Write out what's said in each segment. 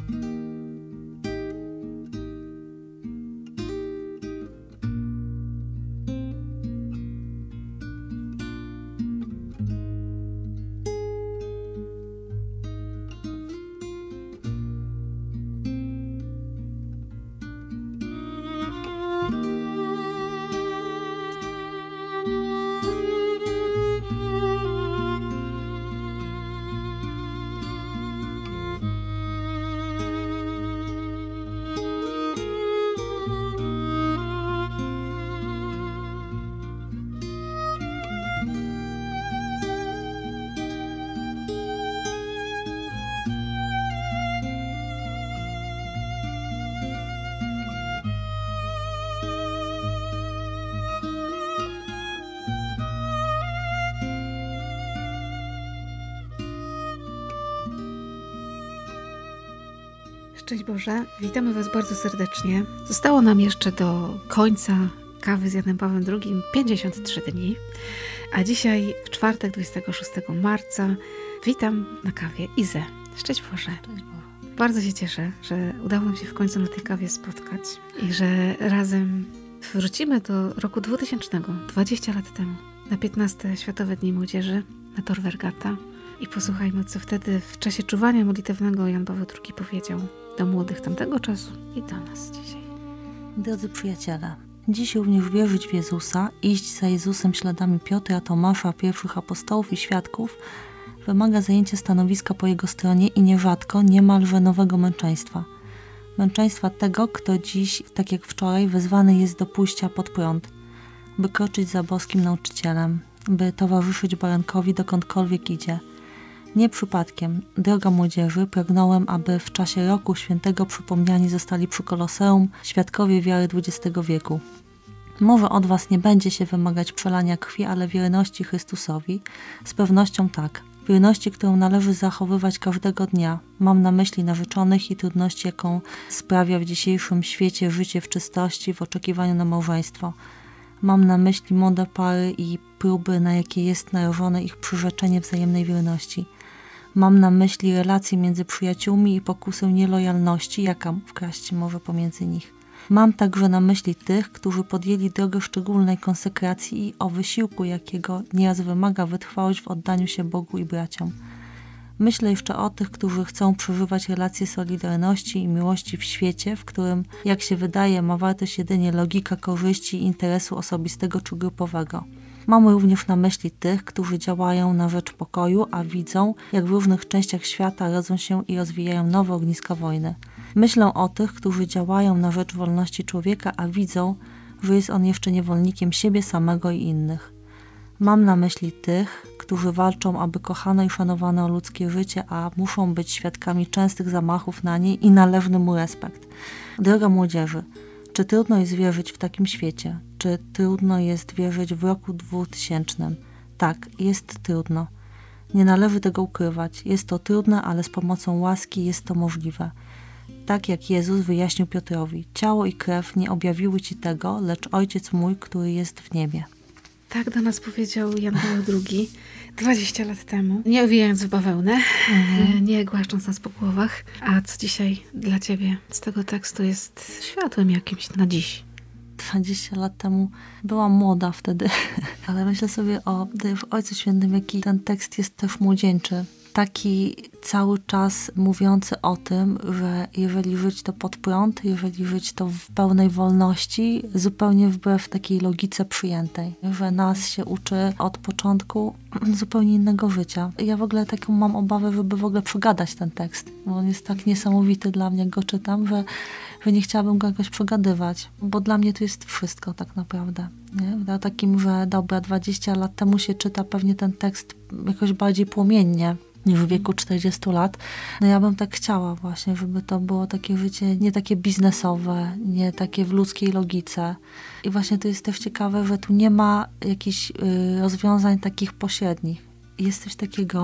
Szczęść Boże, witamy Was bardzo serdecznie. Zostało nam jeszcze do końca kawy z Janem Pawłem II 53 dni, a dzisiaj w czwartek 26 marca witam na kawie Izę. Szczęść Boże. Szczęść Boże. Bardzo się cieszę, że udało nam się w końcu na tej kawie spotkać i że razem wrócimy do roku 2000, 20 lat temu, na 15 Światowe Dni Młodzieży na Tor Vergata i posłuchajmy, co wtedy w czasie czuwania modlitewnego Jan Paweł II powiedział do młodych tamtego czasu i do nas dzisiaj. Drodzy przyjaciele, dziś również wierzyć w Jezusa, iść za Jezusem śladami Piotra, Tomasza, pierwszych apostołów i świadków wymaga zajęcia stanowiska po Jego stronie i nierzadko niemalże nowego męczeństwa. Męczeństwa tego, kto dziś, tak jak wczoraj, wezwany jest do pójścia pod prąd, by kroczyć za boskim nauczycielem, by towarzyszyć barankowi dokądkolwiek idzie. Nie przypadkiem, droga młodzieży, pragnąłem, aby w czasie roku świętego przypomniani zostali przy Koloseum świadkowie wiary XX wieku. Może od Was nie będzie się wymagać przelania krwi, ale wierności Chrystusowi? Z pewnością tak. Wierności, którą należy zachowywać każdego dnia. Mam na myśli narzeczonych i trudności, jaką sprawia w dzisiejszym świecie życie w czystości, w oczekiwaniu na małżeństwo. Mam na myśli młode pary i próby, na jakie jest narażone ich przyrzeczenie wzajemnej wierności. Mam na myśli relacje między przyjaciółmi i pokusę nielojalności, jaka wkraść może pomiędzy nich. Mam także na myśli tych, którzy podjęli drogę szczególnej konsekracji i o wysiłku, jakiego nieraz wymaga wytrwałość w oddaniu się Bogu i braciom. Myślę jeszcze o tych, którzy chcą przeżywać relacje solidarności i miłości w świecie, w którym, jak się wydaje, ma wartość jedynie logika korzyści i interesu osobistego czy grupowego. Mam również na myśli tych, którzy działają na rzecz pokoju, a widzą, jak w różnych częściach świata rodzą się i rozwijają nowe ogniska wojny. Myślę o tych, którzy działają na rzecz wolności człowieka, a widzą, że jest on jeszcze niewolnikiem siebie samego i innych. Mam na myśli tych, którzy walczą, aby kochano i szanowano ludzkie życie, a muszą być świadkami częstych zamachów na nie i należny mu respekt. Droga młodzieży, czy trudno jest wierzyć w takim świecie? Czy trudno jest wierzyć w roku 2000? Tak, jest trudno. Nie należy tego ukrywać. Jest to trudne, ale z pomocą łaski jest to możliwe. Tak jak Jezus wyjaśnił Piotrowi, ciało i krew nie objawiły Ci tego, lecz Ojciec mój, który jest w niebie. Tak do nas powiedział Jan Paweł II 20 lat temu, nie owijając w bawełnę, nie głaszcząc nas po głowach. A co dzisiaj dla Ciebie z tego tekstu jest światłem jakimś na dziś? 20 lat temu byłam młoda wtedy, ale myślę sobie o Ojcu Świętym, jaki ten tekst jest też młodzieńczy. Taki cały czas mówiący o tym, że jeżeli żyć to pod prąd, jeżeli żyć to w pełnej wolności, zupełnie wbrew takiej logice przyjętej, że nas się uczy od początku zupełnie innego życia. Ja w ogóle taką mam obawę, żeby w ogóle przegadać ten tekst, bo on jest tak niesamowity dla mnie, jak go czytam, że nie chciałabym go jakoś przegadywać, bo dla mnie to jest wszystko tak naprawdę. Nie? Takim, że dobra, 20 lat temu się czyta pewnie ten tekst jakoś bardziej płomiennie, niż w wieku 40 lat. No ja bym tak chciała właśnie, żeby to było takie życie nie takie biznesowe, nie takie w ludzkiej logice. I właśnie to jest też ciekawe, że tu nie ma jakichś rozwiązań takich pośrednich. Jest coś takiego,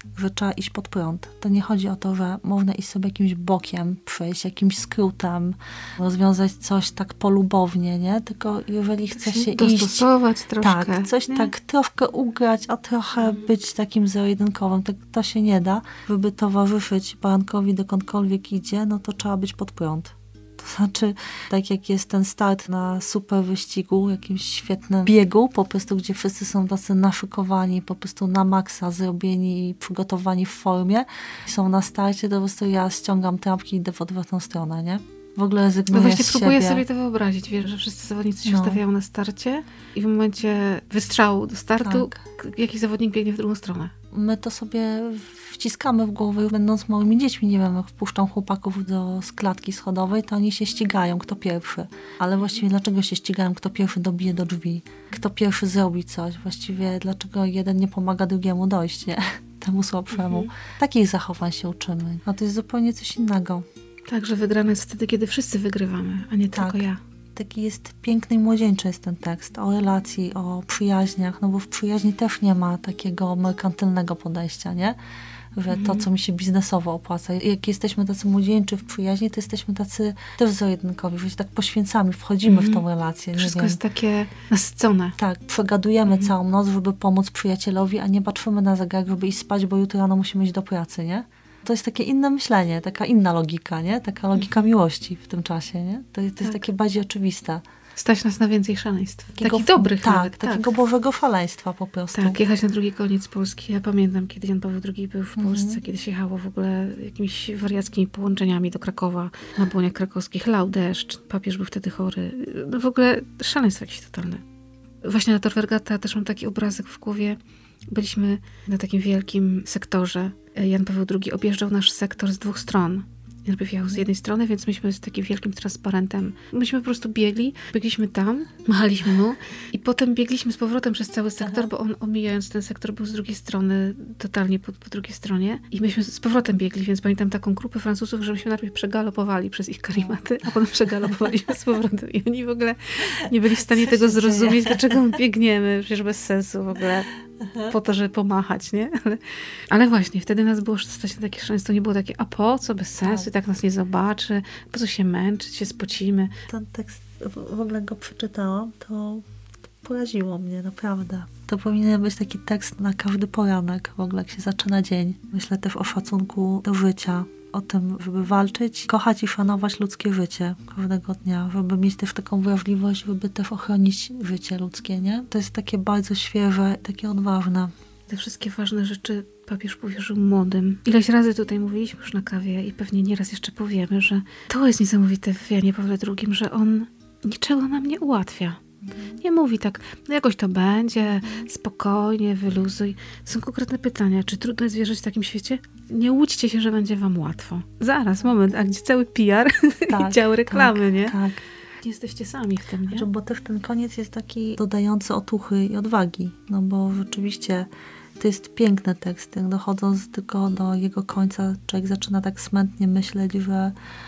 że trzeba iść pod prąd. To nie chodzi o to, że można iść sobie jakimś bokiem, przejść jakimś skrótem, rozwiązać coś tak polubownie, nie? Tylko jeżeli chce się dostosować iść... troszkę. Tak, coś nie? tak troszkę ugrać, a trochę być takim zero-jedynkowym. To się nie da. Żeby towarzyszyć barankowi dokądkolwiek idzie, no to trzeba być pod prąd. To znaczy, tak jak jest ten start na super wyścigu, jakimś świetnym biegu, po prostu gdzie wszyscy są tacy naszykowani, po prostu na maksa zrobieni i przygotowani w formie, są na starcie, to po prostu ja ściągam trampki i idę w odwrotną stronę, nie? W ogóle rezygnuję No właśnie z próbuję siebie. sobie to wyobrazić, wiesz, że wszyscy zawodnicy się stawiają na starcie i w momencie wystrzału do startu jakiś zawodnik biegnie w drugą stronę. My to sobie wciskamy w głowę, będąc małymi dziećmi, nie wiem, jak wpuszczam chłopaków do klatki schodowej, to oni się ścigają, kto pierwszy. Ale właściwie dlaczego się ścigają, kto pierwszy dobije do drzwi? Kto pierwszy zrobi coś? Właściwie dlaczego jeden nie pomaga drugiemu dojść, nie? Temu słabszemu. Takich zachowań się uczymy. A to jest zupełnie coś innego. Tak, że wygrana jest wtedy, kiedy wszyscy wygrywamy, a nie tylko ja. Taki jest piękny i młodzieńczy jest ten tekst o relacji, o przyjaźniach, no bo w przyjaźni też nie ma takiego merkantylnego podejścia, nie? Że to, co mi się biznesowo opłaca. Jak jesteśmy tacy młodzieńczy w przyjaźni, to jesteśmy tacy też zero-jedynkowi, że się tak poświęcamy, wchodzimy w tą relację. Wszystko jest takie nasycone. Tak, przegadujemy całą noc, żeby pomóc przyjacielowi, a nie patrzymy na zegarek, żeby iść spać, bo jutro rano musimy iść do pracy, nie? To jest takie inne myślenie, taka inna logika, nie? Taka logika miłości w tym czasie, nie? To jest takie bardziej oczywiste. Stać nas na więcej szaleństw. Takich dobrych tak, nawet. Takiego Bożego szaleństwa po prostu. Tak, jechać na drugi koniec Polski. Ja pamiętam, kiedy Jan Paweł II był w Polsce, kiedy się jechało w ogóle jakimiś wariackimi połączeniami do Krakowa, na błoniach krakowskich, lał deszcz, papież był wtedy chory. No w ogóle szaleństwo jakieś totalne. Właśnie na Tor Vergata też mam taki obrazek w głowie. Byliśmy na takim wielkim sektorze. Jan Paweł II objeżdżał nasz sektor z dwóch stron. Najpierw jechał z jednej strony, więc myśmy z takim wielkim transparentem. Myśmy po prostu biegliśmy tam, machaliśmy mu i potem biegliśmy z powrotem przez cały sektor, bo on omijając ten sektor był z drugiej strony, totalnie po drugiej stronie i myśmy z powrotem biegli, więc pamiętam taką grupę Francuzów, że myśmy najpierw przegalopowali przez ich karimaty, a potem przegalopowaliśmy z powrotem i oni w ogóle nie byli w stanie tego zrozumieć, dlaczego my biegniemy, przecież bez sensu w ogóle. Po to, żeby pomachać, nie? Ale właśnie, wtedy nas było stać na takie szaleństwo, nie było takie, a po co, bez sensu, i tak nas nie zobaczy, po co się męczyć, się spocimy. Ten tekst, w ogóle go przeczytałam, to poraziło mnie, naprawdę. To powinien być taki tekst na każdy poranek, w ogóle jak się zaczyna dzień. Myślę też o szacunku do życia, o tym, żeby walczyć, kochać i szanować ludzkie życie każdego dnia, żeby mieć też taką wrażliwość, żeby też ochronić życie ludzkie, nie? To jest takie bardzo świeże, takie odważne. Te wszystkie ważne rzeczy papież powierzył młodym. Ileś razy tutaj mówiliśmy już na kawie i pewnie nieraz jeszcze powiemy, że to jest niesamowite w Janie Pawle II, że on niczego nam nie ułatwia. Nie mówi tak, no jakoś to będzie, spokojnie, wyluzuj. To są konkretne pytania. Czy trudno jest wierzyć w takim świecie? Nie łudźcie się, że będzie wam łatwo. Zaraz, moment, a gdzie cały PR i dział reklamy, nie? Tak. Nie jesteście sami w tym, nie? Bo też ten koniec jest taki dodający otuchy i odwagi. No bo rzeczywiście to jest piękny tekst. Jak dochodząc tylko do jego końca, człowiek zaczyna tak smętnie myśleć, że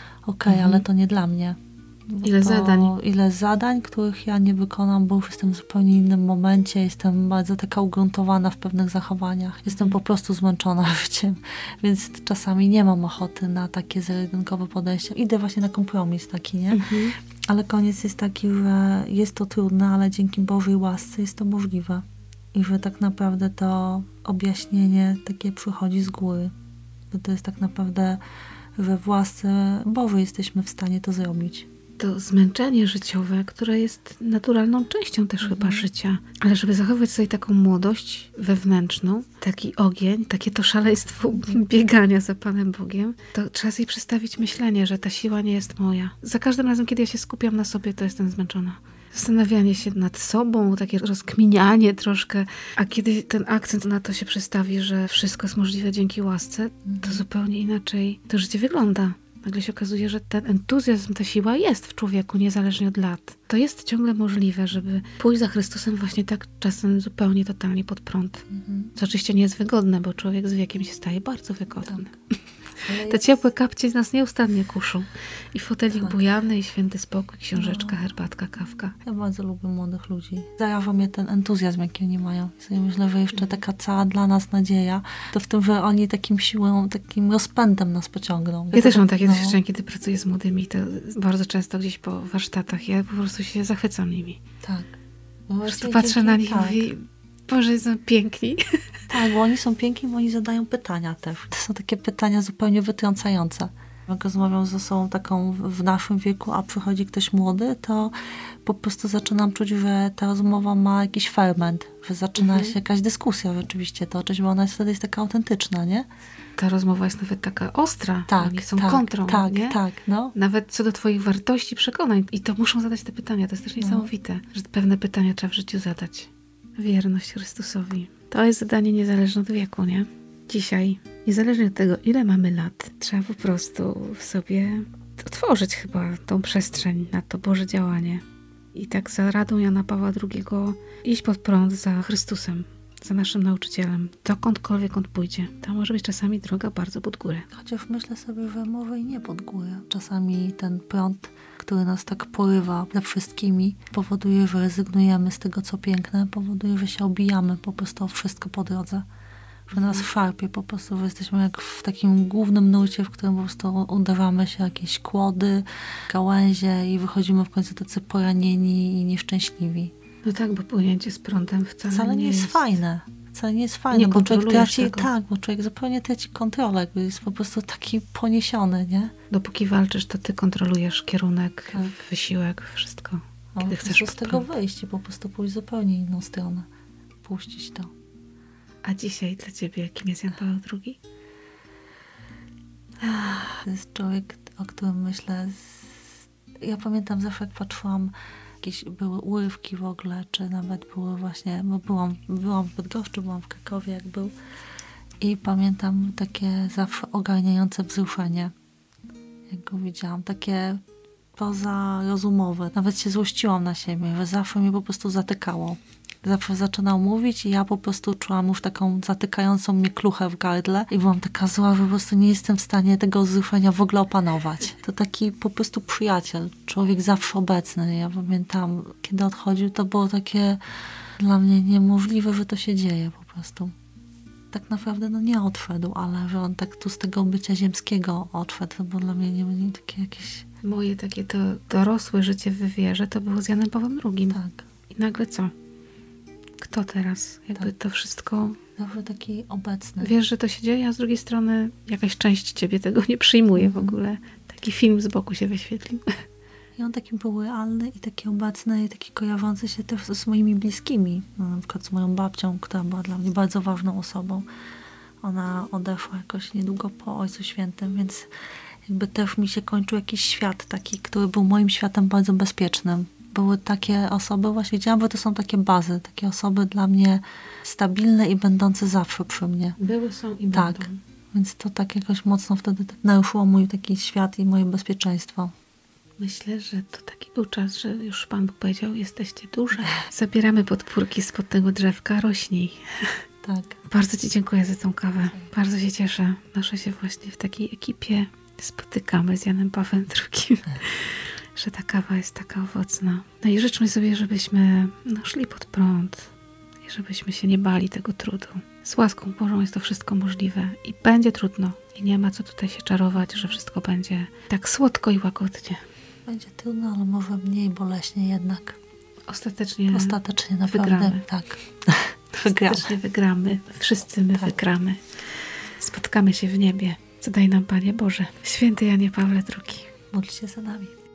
ale to nie dla mnie. Ile zadań, których ja nie wykonam, bo już jestem w zupełnie innym momencie, jestem bardzo taka ugruntowana w pewnych zachowaniach, jestem po prostu zmęczona życiem, więc czasami nie mam ochoty na takie zero-jedynkowe podejście. Idę właśnie na kompromis taki, nie? Ale koniec jest taki, że jest to trudne, ale dzięki Bożej łasce jest to możliwe. I że tak naprawdę to objaśnienie takie przychodzi z góry. Bo to jest tak naprawdę, że w łasce Bożej jesteśmy w stanie to zrobić. To zmęczenie życiowe, które jest naturalną częścią też chyba życia. Ale żeby zachować sobie taką młodość wewnętrzną, taki ogień, takie to szaleństwo biegania za Panem Bogiem, to trzeba sobie przestawić myślenie, że ta siła nie jest moja. Za każdym razem, kiedy ja się skupiam na sobie, to jestem zmęczona. Zastanawianie się nad sobą, takie rozkminianie troszkę, a kiedy ten akcent na to się przestawi, że wszystko jest możliwe dzięki łasce, to zupełnie inaczej to życie wygląda. Nagle się okazuje, że ten entuzjazm, ta siła jest w człowieku, niezależnie od lat. To jest ciągle możliwe, żeby pójść za Chrystusem właśnie tak czasem zupełnie, totalnie pod prąd. Co oczywiście nie jest wygodne, bo człowiek z wiekiem się staje bardzo wygodny. Te ciepłe kapcie nas nieustannie kuszą. I fotelik Tak. bujany, i święty spokój, książeczka, herbatka, kawka. Ja bardzo lubię młodych ludzi. Zaraża mnie ten entuzjazm, jaki oni mają. I sobie myślę, że jeszcze taka cała dla nas nadzieja, to w tym, że oni takim siłą, takim rozpędem nas pociągną. Ja też mam takie doświadczenie, kiedy pracuję z młodymi, to bardzo często gdzieś po warsztatach, ja po prostu się zachwycam nimi. Tak. Po prostu patrzę na nich i mówię, Boże, są piękni. Tak, bo oni są piękni, bo oni zadają pytania też. To są takie pytania zupełnie wytrącające. Jak rozmawiam z osobą taką w naszym wieku, a przychodzi ktoś młody, to po prostu zaczynam czuć, że ta rozmowa ma jakiś ferment, że zaczyna się jakaś dyskusja rzeczywiście toczyć, bo ona jest wtedy taka autentyczna, nie? Ta rozmowa jest nawet taka ostra. Tak, Oni są tak, kontrą, tak, nie? tak, no. Nawet co do twoich wartości, przekonań. I to muszą zadać te pytania. To jest też niesamowite, że pewne pytania trzeba w życiu zadać. Wierność Chrystusowi. To jest zadanie niezależne od wieku, nie? Dzisiaj, niezależnie od tego, ile mamy lat, trzeba po prostu w sobie otworzyć chyba tą przestrzeń na to Boże działanie. I tak za radą Jana Pawła II iść pod prąd za Chrystusem, za naszym nauczycielem, dokądkolwiek on pójdzie. To może być czasami droga bardzo pod górę. Chociaż myślę sobie, że może i nie pod górę. Czasami ten prąd, który nas tak porywa ze wszystkimi, powoduje, że rezygnujemy z tego, co piękne, powoduje, że się obijamy po prostu o wszystko po drodze. Że nas szarpie po prostu, że jesteśmy jak w takim głównym nurcie, w którym po prostu uderzamy się jakieś kłody, gałęzie i wychodzimy w końcu tacy poranieni i nieszczęśliwi. No tak, bo płynięcie z prądem wcale nie jest fajne. Wcale nie jest fajne, Nie bo człowiek kontrolujesz traci, tego. tak, bo człowiek zupełnie traci kontrolę, jakby jest po prostu taki poniesiony, nie? Dopóki walczysz, to ty kontrolujesz kierunek, Tak. wysiłek, wszystko. Kiedy chcesz z pod tego prąd. wyjść i po prostu pójść w zupełnie inną stronę. Puścić to. A dzisiaj dla ciebie kim jest Jan Paweł II? To jest człowiek, o którym myślę. Ja pamiętam zawsze, jak patrzyłam, jakieś były urywki w ogóle, czy nawet były właśnie, bo byłam w Bydgoszczy, byłam w Krakowie, jak był. I pamiętam takie zawsze ogarniające wzruszenie, jak go widziałam, takie pozarozumowe. Nawet się złościłam na siebie, że zawsze mnie po prostu zatykało. Zawsze zaczynał mówić i ja po prostu czułam już taką zatykającą mnie kluchę w gardle i byłam taka zła, że po prostu nie jestem w stanie tego wzruszenia w ogóle opanować. To taki po prostu przyjaciel, człowiek zawsze obecny. Ja pamiętam, kiedy odchodził, to było takie dla mnie niemożliwe, że to się dzieje po prostu. Tak naprawdę nie odszedł, ale że on tak tu z tego bycia ziemskiego odszedł, to było dla mnie nie takie jakieś... Moje takie to dorosłe życie w wywierze to było z Janem Pawłem II. Tak. I nagle co? Kto teraz? Jakby to wszystko... Zawsze taki obecny. Wiesz, że to się dzieje, a z drugiej strony jakaś część ciebie tego nie przyjmuje w ogóle. Taki film z boku się wyświetlił. I on taki był realny i taki obecny i taki kojarzący się też z moimi bliskimi. No, na przykład z moją babcią, która była dla mnie bardzo ważną osobą. Ona odeszła jakoś niedługo po Ojcu Świętym, więc jakby też mi się kończył jakiś świat taki, który był moim światem bardzo bezpiecznym. Były takie osoby, właśnie wiedziałam, że to są takie bazy, takie osoby dla mnie stabilne i będące zawsze przy mnie. Były, są i Tak, będą. więc to tak jakoś mocno wtedy tak naruszyło mój taki świat i moje bezpieczeństwo. Myślę, że to taki był czas, że już Pan Bóg powiedział, jesteście duże. Zabieramy podpórki spod tego drzewka, rośnij. Tak. Bardzo Ci dziękuję za tą kawę. Bardzo się cieszę, że się właśnie w takiej ekipie spotykamy z Janem Pawłem II. Że ta kawa jest taka owocna. No i życzmy sobie, żebyśmy szli pod prąd i żebyśmy się nie bali tego trudu. Z łaską Bożą jest to wszystko możliwe i będzie trudno. I nie ma co tutaj się czarować, że wszystko będzie tak słodko i łagodnie. Będzie trudno, ale może mniej boleśnie jednak. Ostatecznie naprawdę. wygramy. Tak. Ostatecznie wygramy. Wszyscy my wygramy. Spotkamy się w niebie. Co daj nam, Panie Boże. Święty Janie Pawle II. Módl się za nami.